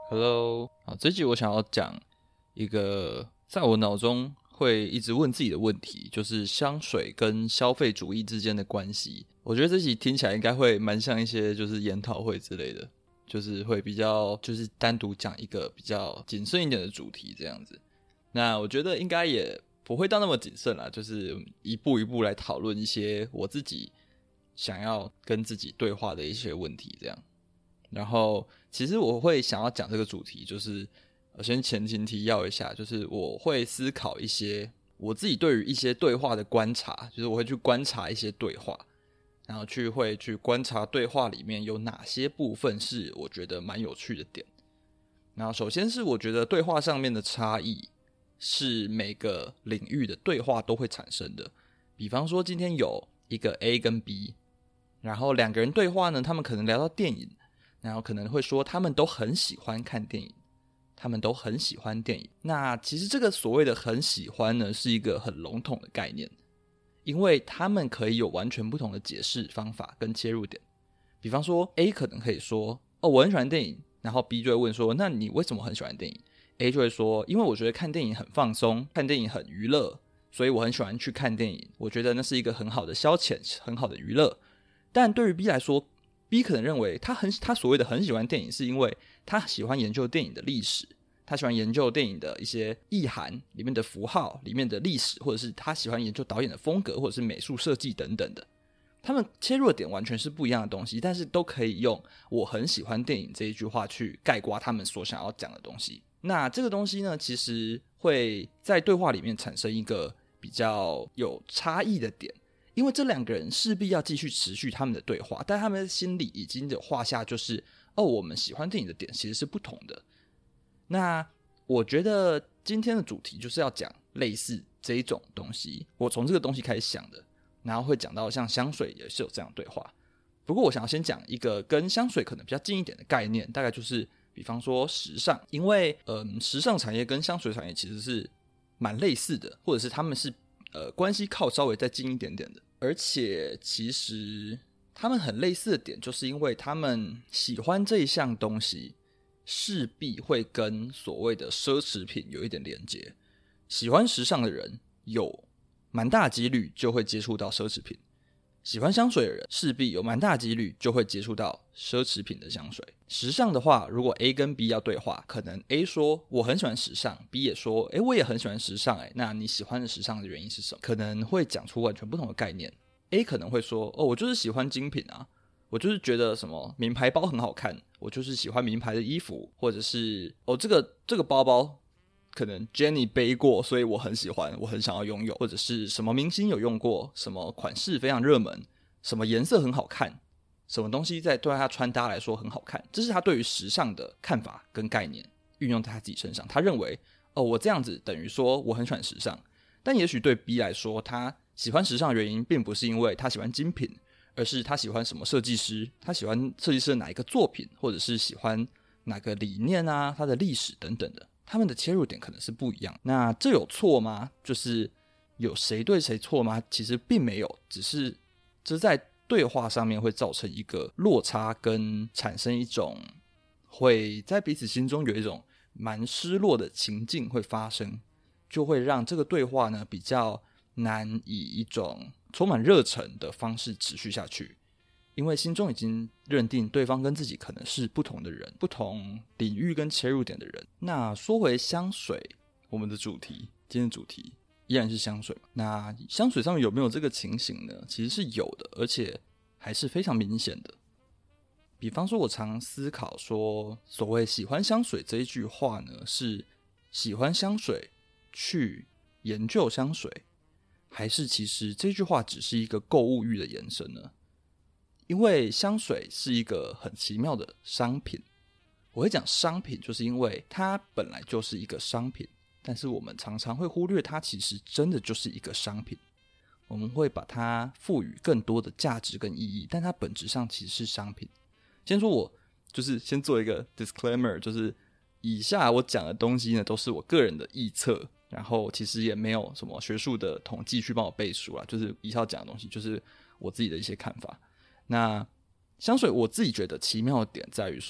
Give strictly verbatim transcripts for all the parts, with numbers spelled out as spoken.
Hello， 好，这集我想要讲一个在我脑中会一直问自己的问题，就是香水跟消费主义之间的关系。我觉得这集听起来应该会蛮像一些就是研讨会之类的，就是会比较就是单独讲一个比较谨慎一点的主题这样子。那我觉得应该也不会到那么谨慎啦，就是一步一步来讨论一些我自己想要跟自己对话的一些问题这样。然后其实我会想要讲这个主题，就是我先前情提要一下，就是我会思考一些我自己对于一些对话的观察，就是我会去观察一些对话，然后去会去观察对话里面有哪些部分是我觉得蛮有趣的点。然后首先是我觉得对话上面的差异是每个领域的对话都会产生的。比方说今天有一个 A 跟 B， 然后两个人对话呢，他们可能聊到电影，然后可能会说他们都很喜欢看电影，他们都很喜欢电影。那其实这个所谓的很喜欢呢，是一个很笼统的概念，因为他们可以有完全不同的解释方法跟切入点。比方说 A 可能可以说哦我很喜欢电影，然后 B 就会问说那你为什么很喜欢电影？ A 就会说因为我觉得看电影很放松，看电影很娱乐，所以我很喜欢去看电影，我觉得那是一个很好的消遣，很好的娱乐。但对于 B 来说， B 可能认为他很他所谓的很喜欢电影是因为他喜欢研究电影的历史，他喜欢研究电影的一些意涵里面的符号里面的历史，或者是他喜欢研究导演的风格或者是美术设计等等的。他们切入的点完全是不一样的东西，但是都可以用我很喜欢电影这一句话去概括他们所想要讲的东西。那这个东西呢，其实会在对话里面产生一个比较有差异的点，因为这两个人势必要继续持续他们的对话，但他们心里已经有画下就是哦，我们喜欢电影的点其实是不同的。那我觉得今天的主题就是要讲类似这一种东西，我从这个东西开始想的，然后会讲到像香水也是有这样的对话。不过我想要先讲一个跟香水可能比较近一点的概念，大概就是比方说时尚，因为嗯，时尚产业跟香水产业其实是蛮类似的，或者是他们是呃关系靠稍微再近一点点的。而且其实他们很类似的点，就是因为他们喜欢这一项东西势必会跟所谓的奢侈品有一点连结。喜欢时尚的人有蛮大几率就会接触到奢侈品，喜欢香水的人势必有蛮大几率就会接触到奢侈品的香水。时尚的话，如果 A 跟 B 要对话，可能 A 说我很喜欢时尚， B 也说诶我也很喜欢时尚，诶那你喜欢的时尚的原因是什么？可能会讲出完全不同的概念。 A 可能会说哦我就是喜欢精品啊，我就是觉得什么名牌包很好看，我就是喜欢名牌的衣服，或者是哦这个这个包包可能 Jenny 背过，所以我很喜欢，我很想要拥有，或者是什么明星有用过，什么款式非常热门，什么颜色很好看，什么东西在对他穿搭来说很好看，这是他对于时尚的看法跟概念运用在他自己身上。他认为哦我这样子等于说我很喜欢时尚。但也许对 B 来说，他喜欢时尚的原因并不是因为他喜欢精品，而是他喜欢什么设计师，他喜欢设计师的哪一个作品，或者是喜欢哪个理念啊，他的历史等等的。他们的切入点可能是不一样。那这有错吗？就是有谁对谁错吗？其实并没有，只是这在对话上面会造成一个落差，跟产生一种会在彼此心中有一种蛮失落的情境会发生，就会让这个对话呢比较难以一种充满热忱的方式持续下去，因为心中已经认定对方跟自己可能是不同的人，不同领域跟切入点的人。那说回香水，我们的主题，今天的主题依然是香水。那香水上面有没有这个情形呢？其实是有的，而且还是非常明显的。比方说我常思考说，所谓喜欢香水这一句话呢，是喜欢香水去研究香水，还是其实这句话只是一个购物欲的延伸呢？因为香水是一个很奇妙的商品，我会讲商品就是因为它本来就是一个商品，但是我们常常会忽略它其实真的就是一个商品，我们会把它赋予更多的价值跟意义，但它本质上其实是商品。先说我就是先做一个 disclaimer， 就是以下我讲的东西呢都是我个人的臆测，然后其实也没有什么学术的统计去帮我背书啦，就是以下讲的东西就是我自己的一些看法。那香水我自己觉得奇妙的点在于说，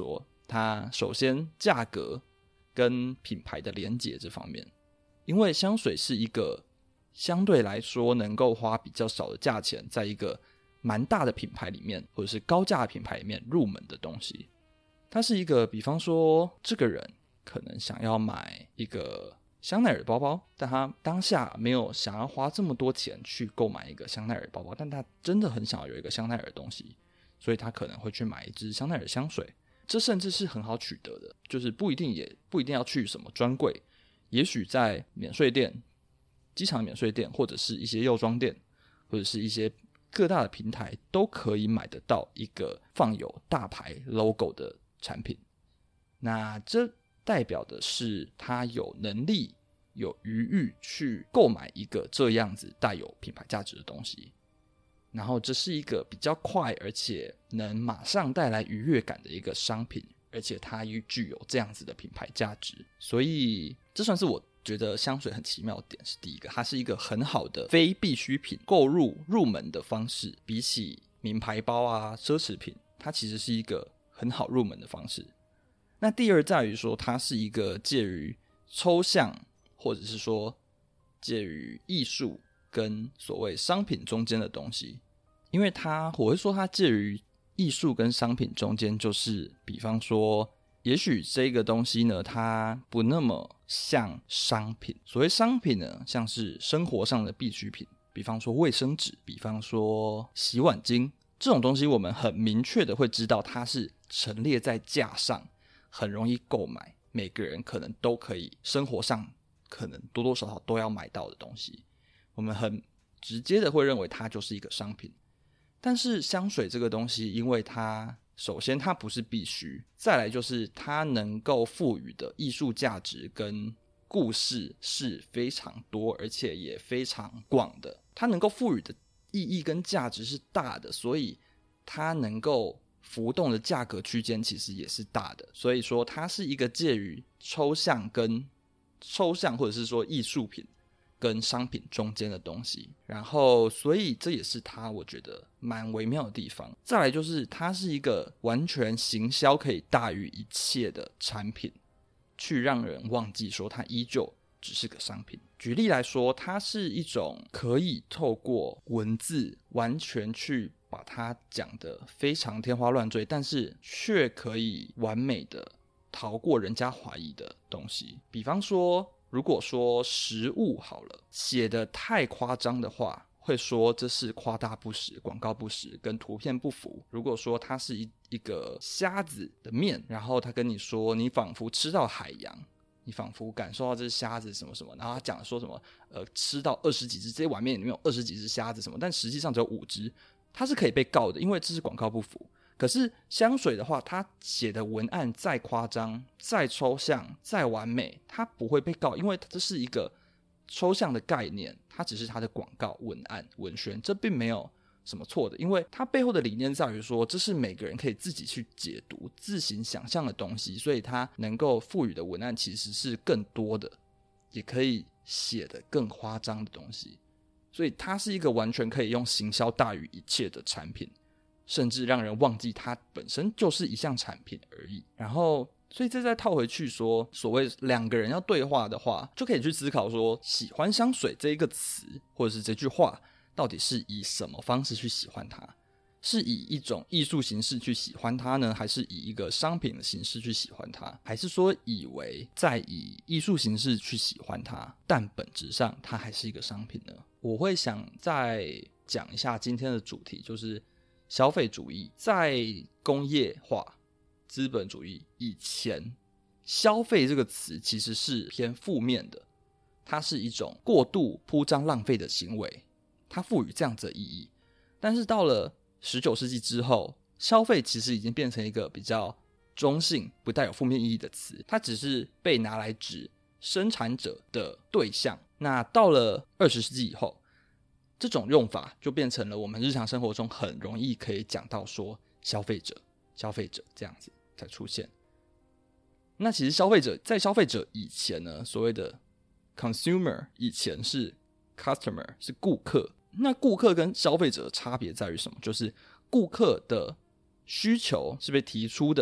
它首先价格跟品牌的连结这方面，因为香水是一个相对来说能够花比较少的价钱在一个蛮大的品牌里面或者是高价的品牌里面入门的东西。它是一个比方说这个人可能想要买一个香奈儿包包，但他当下没有想要花这么多钱去购买一个香奈儿包包，但他真的很想要有一个香奈儿的东西，所以他可能会去买一支香奈儿香水。这甚至是很好取得的，就是不一定也不一定要去什么专柜，也许在免税店、机场免税店或者是一些药妆店或者是一些各大的平台都可以买得到一个放有大牌 logo 的产品。那这代表的是他有能力有余裕去购买一个这样子带有品牌价值的东西，然后这是一个比较快而且能马上带来愉悦感的一个商品，而且它又具有这样子的品牌价值。所以这算是我觉得香水很奇妙的点，是第一个，它是一个很好的非必需品购入入门的方式，比起名牌包啊奢侈品，它其实是一个很好入门的方式。那第二在于说它是一个介于抽象或者是说介于艺术跟所谓商品中间的东西。因为它我会说它介于艺术跟商品中间，就是比方说也许这个东西呢它不那么像商品，所谓商品呢像是生活上的必需品，比方说卫生纸，比方说洗碗巾，这种东西我们很明确的会知道它是陈列在架上，很容易购买，每个人可能都可以生活上可能多多少少都要买到的东西，我们很直接的会认为它就是一个商品。但是香水这个东西，因为它首先它不是必须，再来就是它能够赋予的艺术价值跟故事是非常多而且也非常广的，它能够赋予的意义跟价值是大的，所以它能够浮动的价格区间其实也是大的。所以说它是一个介于抽象跟抽象或者是说艺术品跟商品中间的东西，然后所以这也是它我觉得蛮微妙的地方。再来就是它是一个完全行销可以大于一切的产品，去让人忘记说它依旧只是个商品。举例来说，它是一种可以透过文字完全去把它讲得非常天花乱坠，但是却可以完美的逃过人家怀疑的东西。比方说如果说食物好了，写得太夸张的话，会说这是夸大不实、广告不实，跟图片不符。如果说它是一一个虾子的面，然后他跟你说你仿佛吃到海洋，你仿佛感受到这是虾子什么什么，然后他讲说什么呃吃到二十几只，这碗面里面有二十几只虾子什么，但实际上只有五只，它是可以被告的，因为这是广告不符。可是香水的话，它写的文案再夸张、再抽象、再完美，它不会被告，因为这是一个抽象的概念，它只是它的广告文案文宣，这并没有什么错的，因为它背后的理念在于说这是每个人可以自己去解读、自行想象的东西，所以它能够赋予的文案其实是更多的，也可以写的更夸张的东西，所以它是一个完全可以用行销大于一切的产品，甚至让人忘记它本身就是一项产品而已。然后所以这再套回去说，所谓两个人要对话的话，就可以去思考说喜欢香水这一个词或者是这句话到底是以什么方式去喜欢它，是以一种艺术形式去喜欢它呢，还是以一个商品的形式去喜欢它，还是说以为在以艺术形式去喜欢它，但本质上它还是一个商品呢？我会想再讲一下今天的主题，就是消费主义。在工业化资本主义以前，消费这个词其实是偏负面的，它是一种过度铺张浪费的行为，它赋予这样子的意义。但是到了十九世纪之后，消费其实已经变成一个比较中性不带有负面意义的词，它只是被拿来指生产者的对象。那到了二十世纪以后，这种用法就变成了我们日常生活中很容易可以讲到说消费者消费者这样子才出现。那其实消费者在消费者以前呢，所谓的 consumer 以前是 customer 是顾客。那顾客跟消费者的差别在于什么？就是顾客的需求是被提出的，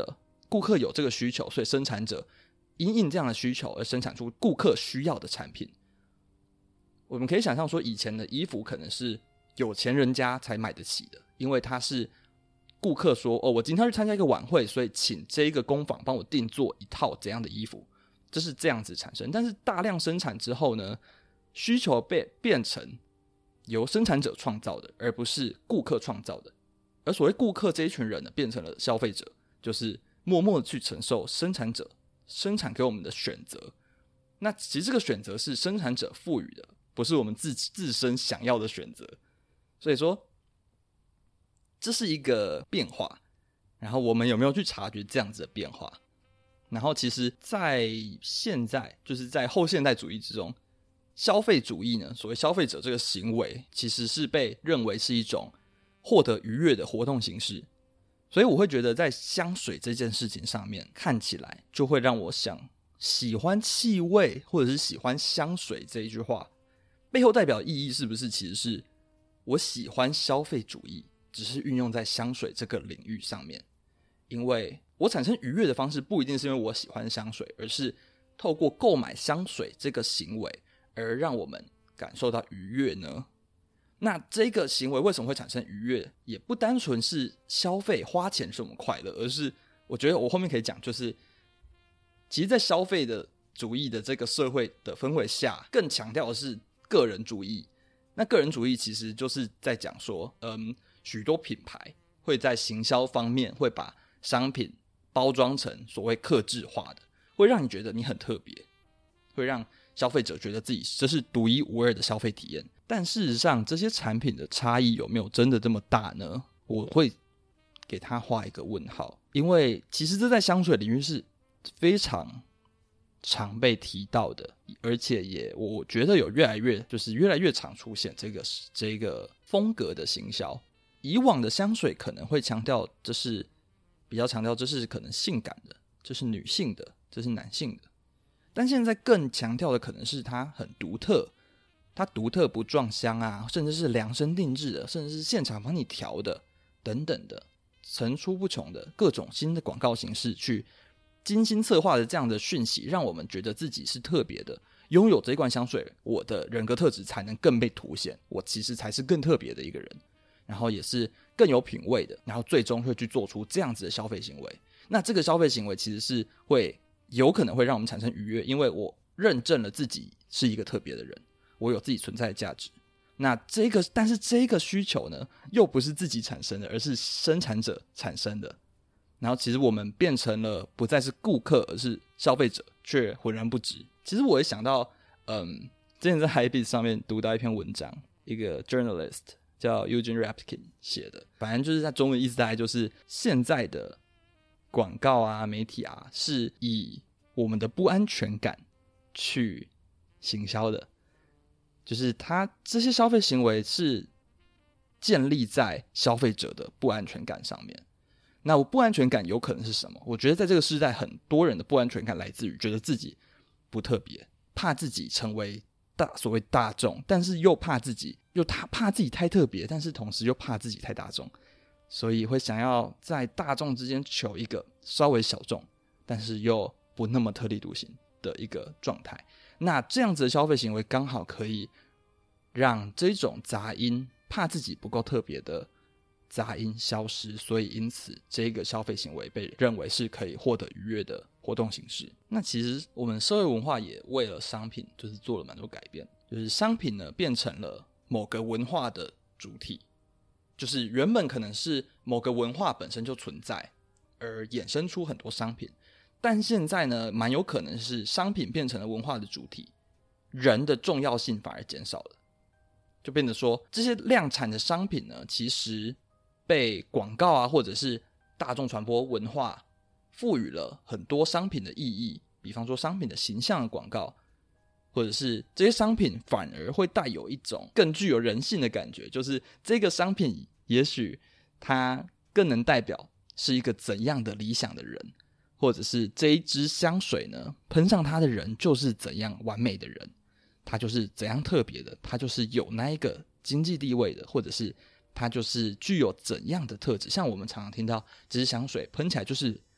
顾客有这个需求，所以生产者因应这样的需求而生产出顾客需要的产品。我们可以想象说，以前的衣服可能是有钱人家才买得起的，因为它是顾客说哦，我今天要去参加一个晚会，所以请这一个工坊帮我定做一套怎样的衣服，这是这样子产生。但是大量生产之后呢，需求被变成由生产者创造的，而不是顾客创造的。而所谓顾客这一群人呢，变成了消费者，就是默默的去承受生产者生产给我们的选择。那其实这个选择是生产者赋予的，不是我们自自身想要的选择。所以说这是一个变化，然后我们有没有去察觉这样子的变化？然后其实在现在，就是在后现代主义之中，消费主义呢，所谓消费者这个行为其实是被认为是一种获得愉悦的活动形式。所以我会觉得在香水这件事情上面，看起来就会让我想，喜欢气味或者是喜欢香水这一句话背后代表的意义，是不是其实是我喜欢消费主义，只是运用在香水这个领域上面。因为我产生愉悦的方式不一定是因为我喜欢香水，而是透过购买香水这个行为而让我们感受到愉悦呢？那这个行为为什么会产生愉悦，也不单纯是消费花钱使我们快乐，而是我觉得我后面可以讲，就是其实在消费的主义的这个社会的氛围下，更强调的是个人主义。那个人主义其实就是在讲说，嗯，许多品牌会在行销方面会把商品包装成所谓客制化的，会让你觉得你很特别，会让消费者觉得自己这是独一无二的消费体验。但事实上这些产品的差异有没有真的这么大呢？我会给他画一个问号。因为其实这在香水领域是非常常被提到的，而且也我觉得有越来越就是越来越常出现这个这个风格的行销。以往的香水可能会强调，这是比较强调这是可能性感的，这是女性的，这是男性的。但现在更强调的可能是它很独特，它独特不撞香啊，甚至是量身定制的，甚至是现场帮你调的等等的，层出不穷的各种新的广告形式去精心策划的这样的讯息，让我们觉得自己是特别的。拥有这一罐香水，我的人格特质才能更被凸显，我其实才是更特别的一个人，然后也是更有品味的，然后最终会去做出这样子的消费行为。那这个消费行为其实是会有可能会让我们产生愉悦，因为我认证了自己是一个特别的人，我有自己存在的价值。那这个但是这个需求呢，又不是自己产生的，而是生产者产生的。然后其实我们变成了不再是顾客，而是消费者，却浑然不知。其实我也想到，嗯，之前在 Hypebeast 上面读到一篇文章，一个 journalist 叫 Eugene Rapkin 写的，反正就是他中文意思大概就是现在的广告啊、媒体啊，是以我们的不安全感去行销的，就是他这些消费行为是建立在消费者的不安全感上面。那我不安全感有可能是什么？我觉得在这个时代，很多人的不安全感来自于觉得自己不特别，怕自己成为大所谓大众，但是又怕自己又怕自己太特别，但是同时又怕自己太大众，所以会想要在大众之间求一个稍微小众，但是又不那么特立独行的一个状态。那这样子的消费行为刚好可以让这种杂音，怕自己不够特别的杂音消失，所以因此这个消费行为被认为是可以获得愉悦的活动形式。那其实我们社会文化也为了商品就是做了蛮多改变，就是商品呢变成了某个文化的主体，就是原本可能是某个文化本身就存在而衍生出很多商品，但现在呢蛮有可能是商品变成了文化的主体，人的重要性反而减少了，就变得说这些量产的商品呢其实被广告啊或者是大众传播文化赋予了很多商品的意义，比方说商品的形象的广告，或者是这些商品反而会带有一种更具有人性的感觉，就是这个商品也许它更能代表是一个怎样的理想的人，或者是这一支香水呢喷上它的人就是怎样完美的人，他就是怎样特别的，他就是有那一个经济地位的，或者是他就是具有怎样的特质。像我们常常听到这支香水喷起来就是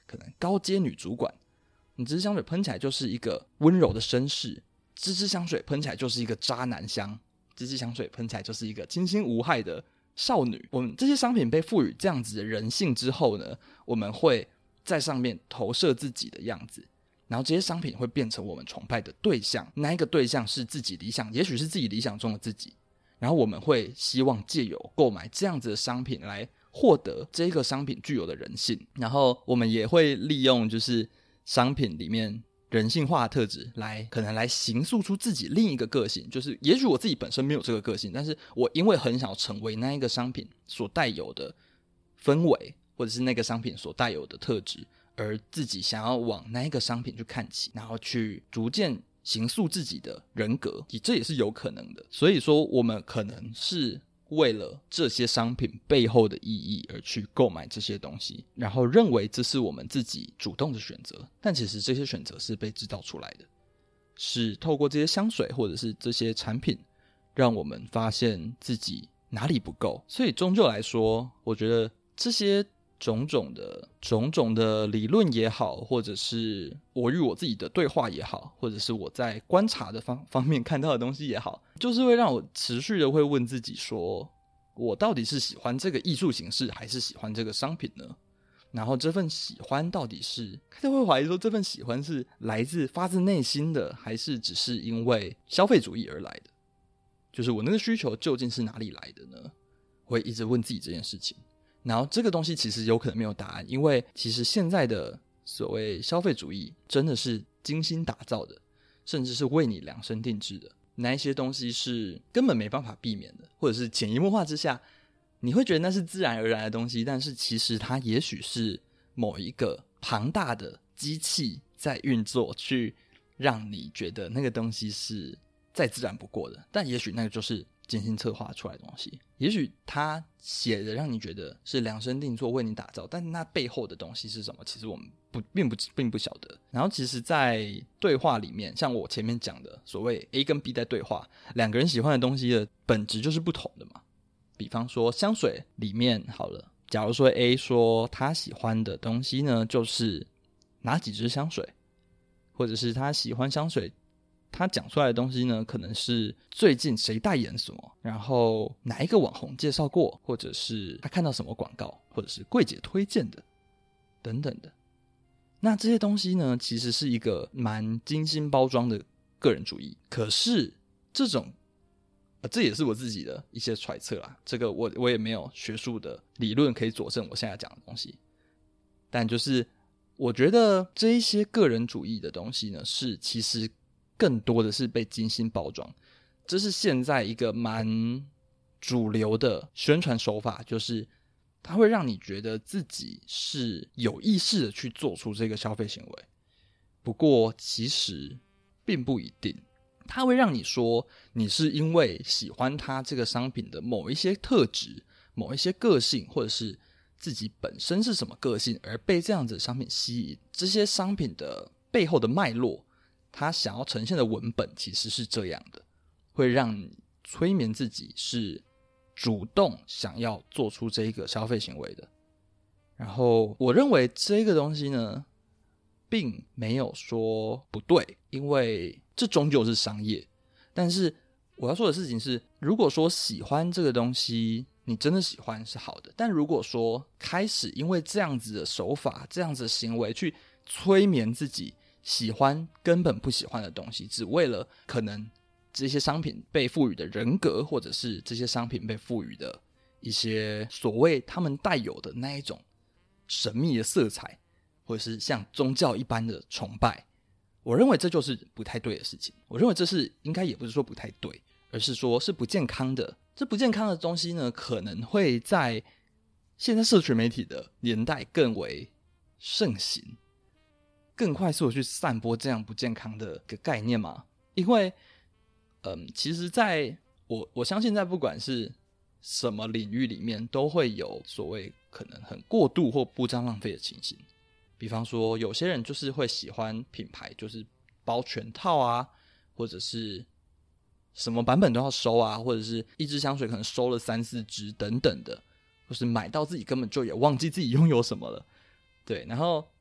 可能高阶女主管，你这支香水喷起来就是一个温柔的绅士，这支香水喷起来就是一个渣男香，这支香水喷起来就是一个清新无害的少女。我们这些商品被赋予这样子的人性之后呢，我们会在上面投射自己的样子，然后这些商品会变成我们崇拜的对象，那一个对象是自己理想，也许是自己理想中的自己，然后我们会希望借由购买这样子的商品来获得这个商品具有的人性，然后我们也会利用就是商品里面人性化的特质来可能来形塑出自己另一个个性，就是也许我自己本身没有这个个性，但是我因为很想成为那一个商品所带有的氛围，或者是那个商品所带有的特质，而自己想要往那一个商品去看齐，然后去逐渐形塑自己的人格，这也是有可能的。所以说我们可能是为了这些商品背后的意义而去购买这些东西，然后认为这是我们自己主动的选择，但其实这些选择是被制造出来的，是透过这些香水或者是这些产品让我们发现自己哪里不够。所以终究来说，我觉得这些种种的种种的理论也好，或者是我与我自己的对话也好，或者是我在观察的方方面看到的东西也好，就是会让我持续的会问自己说，我到底是喜欢这个艺术形式还是喜欢这个商品呢？然后这份喜欢到底是开始会怀疑说，这份喜欢是来自发自内心的，还是只是因为消费主义而来的？就是我那个需求究竟是哪里来的呢？我会一直问自己这件事情。然后这个东西其实有可能没有答案，因为其实现在的所谓消费主义真的是精心打造的，甚至是为你量身定制的，那一些东西是根本没办法避免的，或者是潜移默化之下你会觉得那是自然而然的东西，但是其实它也许是某一个庞大的机器在运作，去让你觉得那个东西是再自然不过的，但也许那个就是精心策划出来的东西，也许他写的让你觉得是量身定做为你打造，但那背后的东西是什么，其实我们不并不并不晓得。然后其实在对话里面，像我前面讲的所谓 A 跟 B 在对话，两个人喜欢的东西的本质就是不同的嘛。比方说香水里面好了，假如说 A 说他喜欢的东西呢就是哪几支香水，或者是他喜欢香水他讲出来的东西呢可能是最近谁代言什么，然后哪一个网红介绍过，或者是他看到什么广告，或者是柜姐推荐的等等的。那这些东西呢其实是一个蛮精心包装的个人主义，可是这种、呃、这也是我自己的一些揣测啦，这个我我也没有学术的理论可以佐证我现在讲的东西，但就是我觉得这一些个人主义的东西呢是其实更多的是被精心包装，这是现在一个蛮主流的宣传手法，就是它会让你觉得自己是有意识的去做出这个消费行为，不过其实并不一定。它会让你说你是因为喜欢它这个商品的某一些特质，某一些个性，或者是自己本身是什么个性而被这样子的商品吸引，这些商品的背后的脉络，他想要呈现的文本其实是这样的，会让你催眠自己是主动想要做出这一个消费行为的。然后我认为这个东西呢并没有说不对，因为这终究是商业。但是我要说的事情是，如果说喜欢这个东西你真的喜欢是好的，但如果说开始因为这样子的手法，这样子的行为去催眠自己喜欢根本不喜欢的东西，只为了可能这些商品被赋予的人格，或者是这些商品被赋予的一些所谓他们带有的那一种神秘的色彩，或者是像宗教一般的崇拜，我认为这就是不太对的事情。我认为这是应该也不是说不太对，而是说是不健康的。这不健康的东西呢可能会在现在社群媒体的年代更为盛行，更快速的去散播这样不健康的一个概念嘛。因为嗯，其实在我我相信在不管是什么领域里面都会有所谓可能很过度或不当浪费的情形。比方说有些人就是会喜欢品牌就是包全套啊，或者是什么版本都要收啊，或者是一支香水可能收了三四支等等的，或是买到自己根本就也忘记自己拥有什么了。对，然后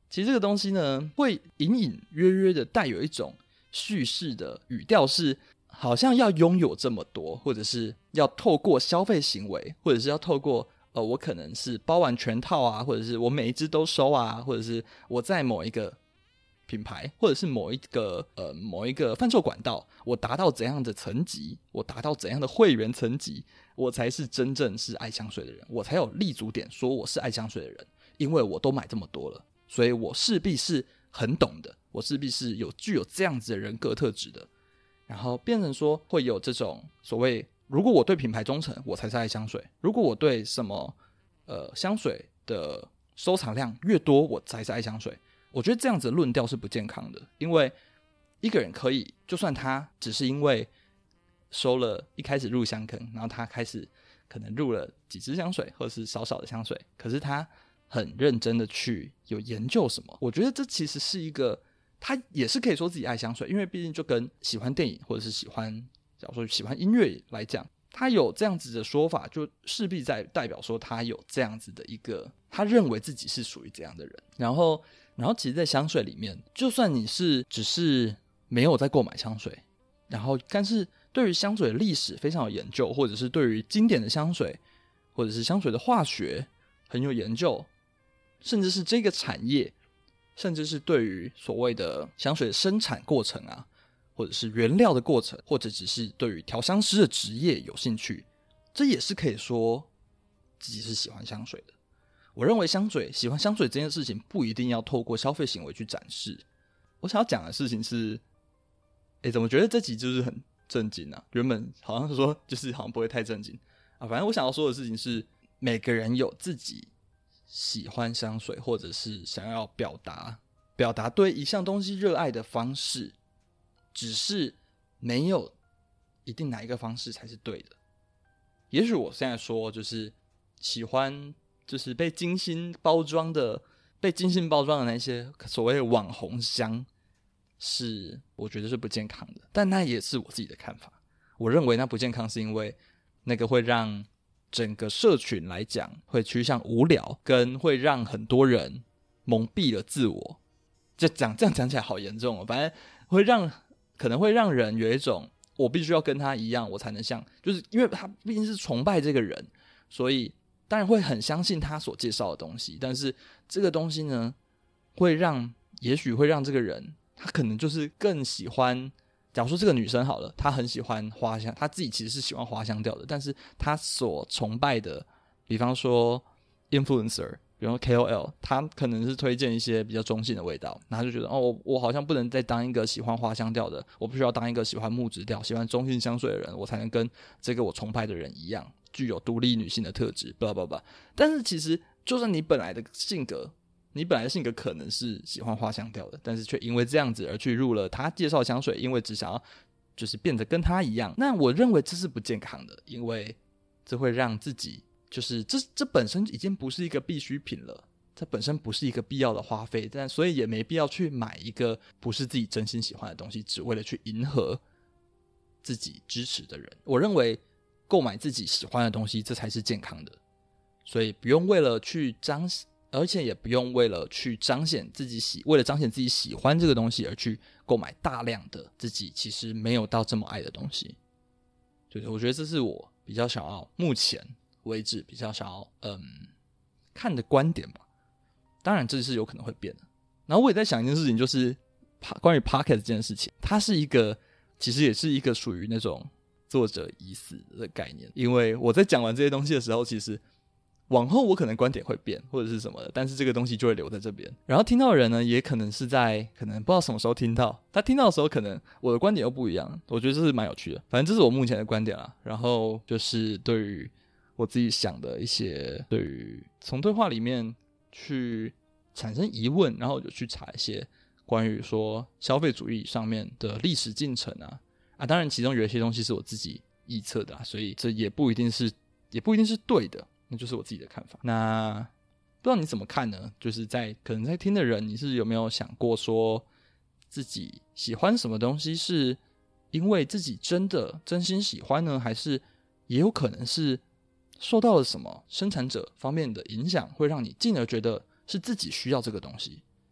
其实这个东西呢，会隐隐约约的带有一种叙事的语调，是好像要拥有这么多，或者是要透过消费行为，或者是要透过呃，我可能是包完全套啊，或者是我每一只都收啊，或者是我在某一个品牌，或者是某一个呃某一个贩售管道，我达到怎样的层级，我达到怎样的会员层级，我才是真正是爱香水的人，我才有立足点说我是爱香水的人，因为我都买这么多了，所以我势必是很懂的，我势必是有具有这样子的人格特质的，然后变成说会有这种所谓，如果我对品牌忠诚，我才是爱香水；如果我对什么呃香水的收藏量越多，我才是爱香水。我觉得这样子的论调是不健康的，因为一个人可以，就算他只是因为收了一开始入香坑，然后他开始可能入了几支香水，或者是少少的香水，可是他很认真的去有研究什么，我觉得这其实是一个，他也是可以说自己爱香水，因为毕竟就跟喜欢电影或者是喜欢，假如说喜欢音乐来讲，他有这样子的说法，就势必在代表说他有这样子的一个，他认为自己是属于这样的人。然后然后其实在香水里面，就算你是只是没有在购买香水，然后但是对于香水的历史非常有研究，或者是对于经典的香水，或者是香水的化学很有研究，甚至是这个产业，甚至是对于所谓的香水的生产过程啊，或者是原料的过程，或者只是对于调香师的职业有兴趣，这也是可以说自己是喜欢香水的。我认为香水喜欢香水这件事情不一定要透过消费行为去展示。我想要讲的事情是，诶，怎么觉得这集就是很正经啊？原本好像说就是好像不会太正经啊。反正我想要说的事情是，每个人有自己喜欢香水，或者是想要表达表达对一项东西热爱的方式，只是没有一定哪一个方式才是对的。也许我现在说就是喜欢就是被精心包装的被精心包装的那些所谓的网红香，是我觉得是不健康的，但那也是我自己的看法。我认为那不健康是因为那个会让整个社群来讲会趋向无聊，跟会让很多人蒙蔽了自我。就讲这样讲起来好严重哦，反正会让可能会让人有一种我必须要跟他一样，我才能像，就是因为他毕竟是崇拜这个人，所以当然会很相信他所介绍的东西。但是这个东西呢，会让也许会让这个人他可能就是更喜欢，假如说这个女生好了，她很喜欢花香，她自己其实是喜欢花香调的，但是她所崇拜的比方说 influencer， 比方说 K O L， 她可能是推荐一些比较中性的味道，然后就觉得哦，我我好像不能再当一个喜欢花香调的，我必须要当一个喜欢木质调喜欢中性香水的人，我才能跟这个我崇拜的人一样具有独立女性的特质 blah blah blah。 但是其实就算你本来的性格你本来的性格可能是喜欢花香调的，但是却因为这样子而去入了他介绍香水，因为只想要就是变得跟他一样。那我认为这是不健康的，因为这会让自己就是这这本身已经不是一个必需品了，这本身不是一个必要的花费，但所以也没必要去买一个不是自己真心喜欢的东西，只为了去迎合自己支持的人。我认为购买自己喜欢的东西，这才是健康的。所以不用为了去彰显，而且也不用为了去彰显自己喜，为了彰显自己喜欢这个东西而去购买大量的自己其实没有到这么爱的东西。就是我觉得这是我比较想要，目前为止比较想要嗯看的观点吧。当然这是有可能会变的。然后我也在想一件事情，就是关于 Podcast 这件事情，它是一个其实也是一个属于那种作者已死的概念。因为我在讲完这些东西的时候，其实往后我可能观点会变或者是什么的，但是这个东西就会留在这边。然后听到的人呢，也可能是在可能不知道什么时候听到，他听到的时候可能我的观点又不一样。我觉得这是蛮有趣的，反正这是我目前的观点啦。然后就是对于我自己想的一些，对于从对话里面去产生疑问，然后我就去查一些关于说消费主义上面的历史进程啊啊，当然其中有一些东西是我自己臆测的啊，所以这也不一定是也不一定是对的，那就是我自己的看法。那不知道你怎么看呢？就是在可能在听的人，你是有没有想过说自己喜欢什么东西是因为自己真的真心喜欢呢，还是也有可能是受到了什么生产者方面的影响，会让你进而觉得是自己需要这个东西？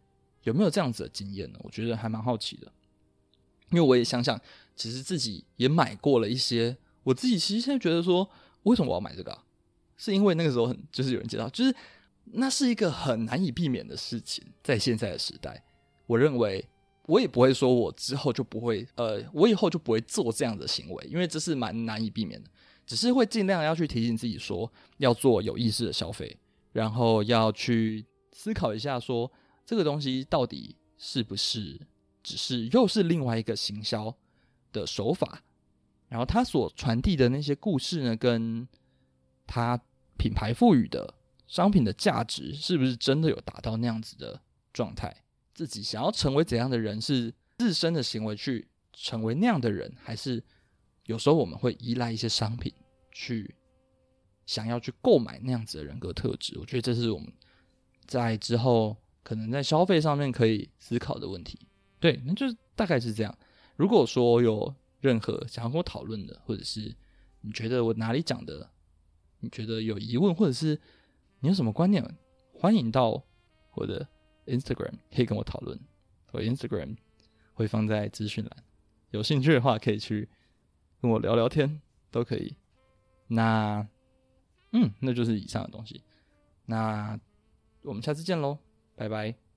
有没有这样子的经验呢？我觉得还蛮好奇的，因为我也想想，其实自己也买过了一些，我自己其实现在觉得说，为什么我要买这个啊？是因为那个时候很就是有人介绍，就是那是一个很难以避免的事情，在现在的时代，我认为我也不会说我之后就不会，呃，我以后就不会做这样的行为，因为这是蛮难以避免的，只是会尽量要去提醒自己说，要做有意识的消费，然后要去思考一下说，这个东西到底是不是只是又是另外一个行销的手法，然后它所传递的那些故事呢，跟它品牌赋予的商品的价值是不是真的有达到那样子的状态，自己想要成为怎样的人，是自身的行为去成为那样的人，还是有时候我们会依赖一些商品去想要去购买那样子的人格特质。我觉得这是我们在之后可能在消费上面可以思考的问题。对，那就是大概是这样。如果说有任何想要跟我讨论的，或者是你觉得我哪里讲的你觉得有疑问，或者是你有什么观念，欢迎到我的 Instagram 可以跟我讨论，我的 Instagram 会放在资讯栏，有兴趣的话可以去跟我聊聊天都可以。那嗯，那就是以上的东西，那我们下次见咯，拜拜。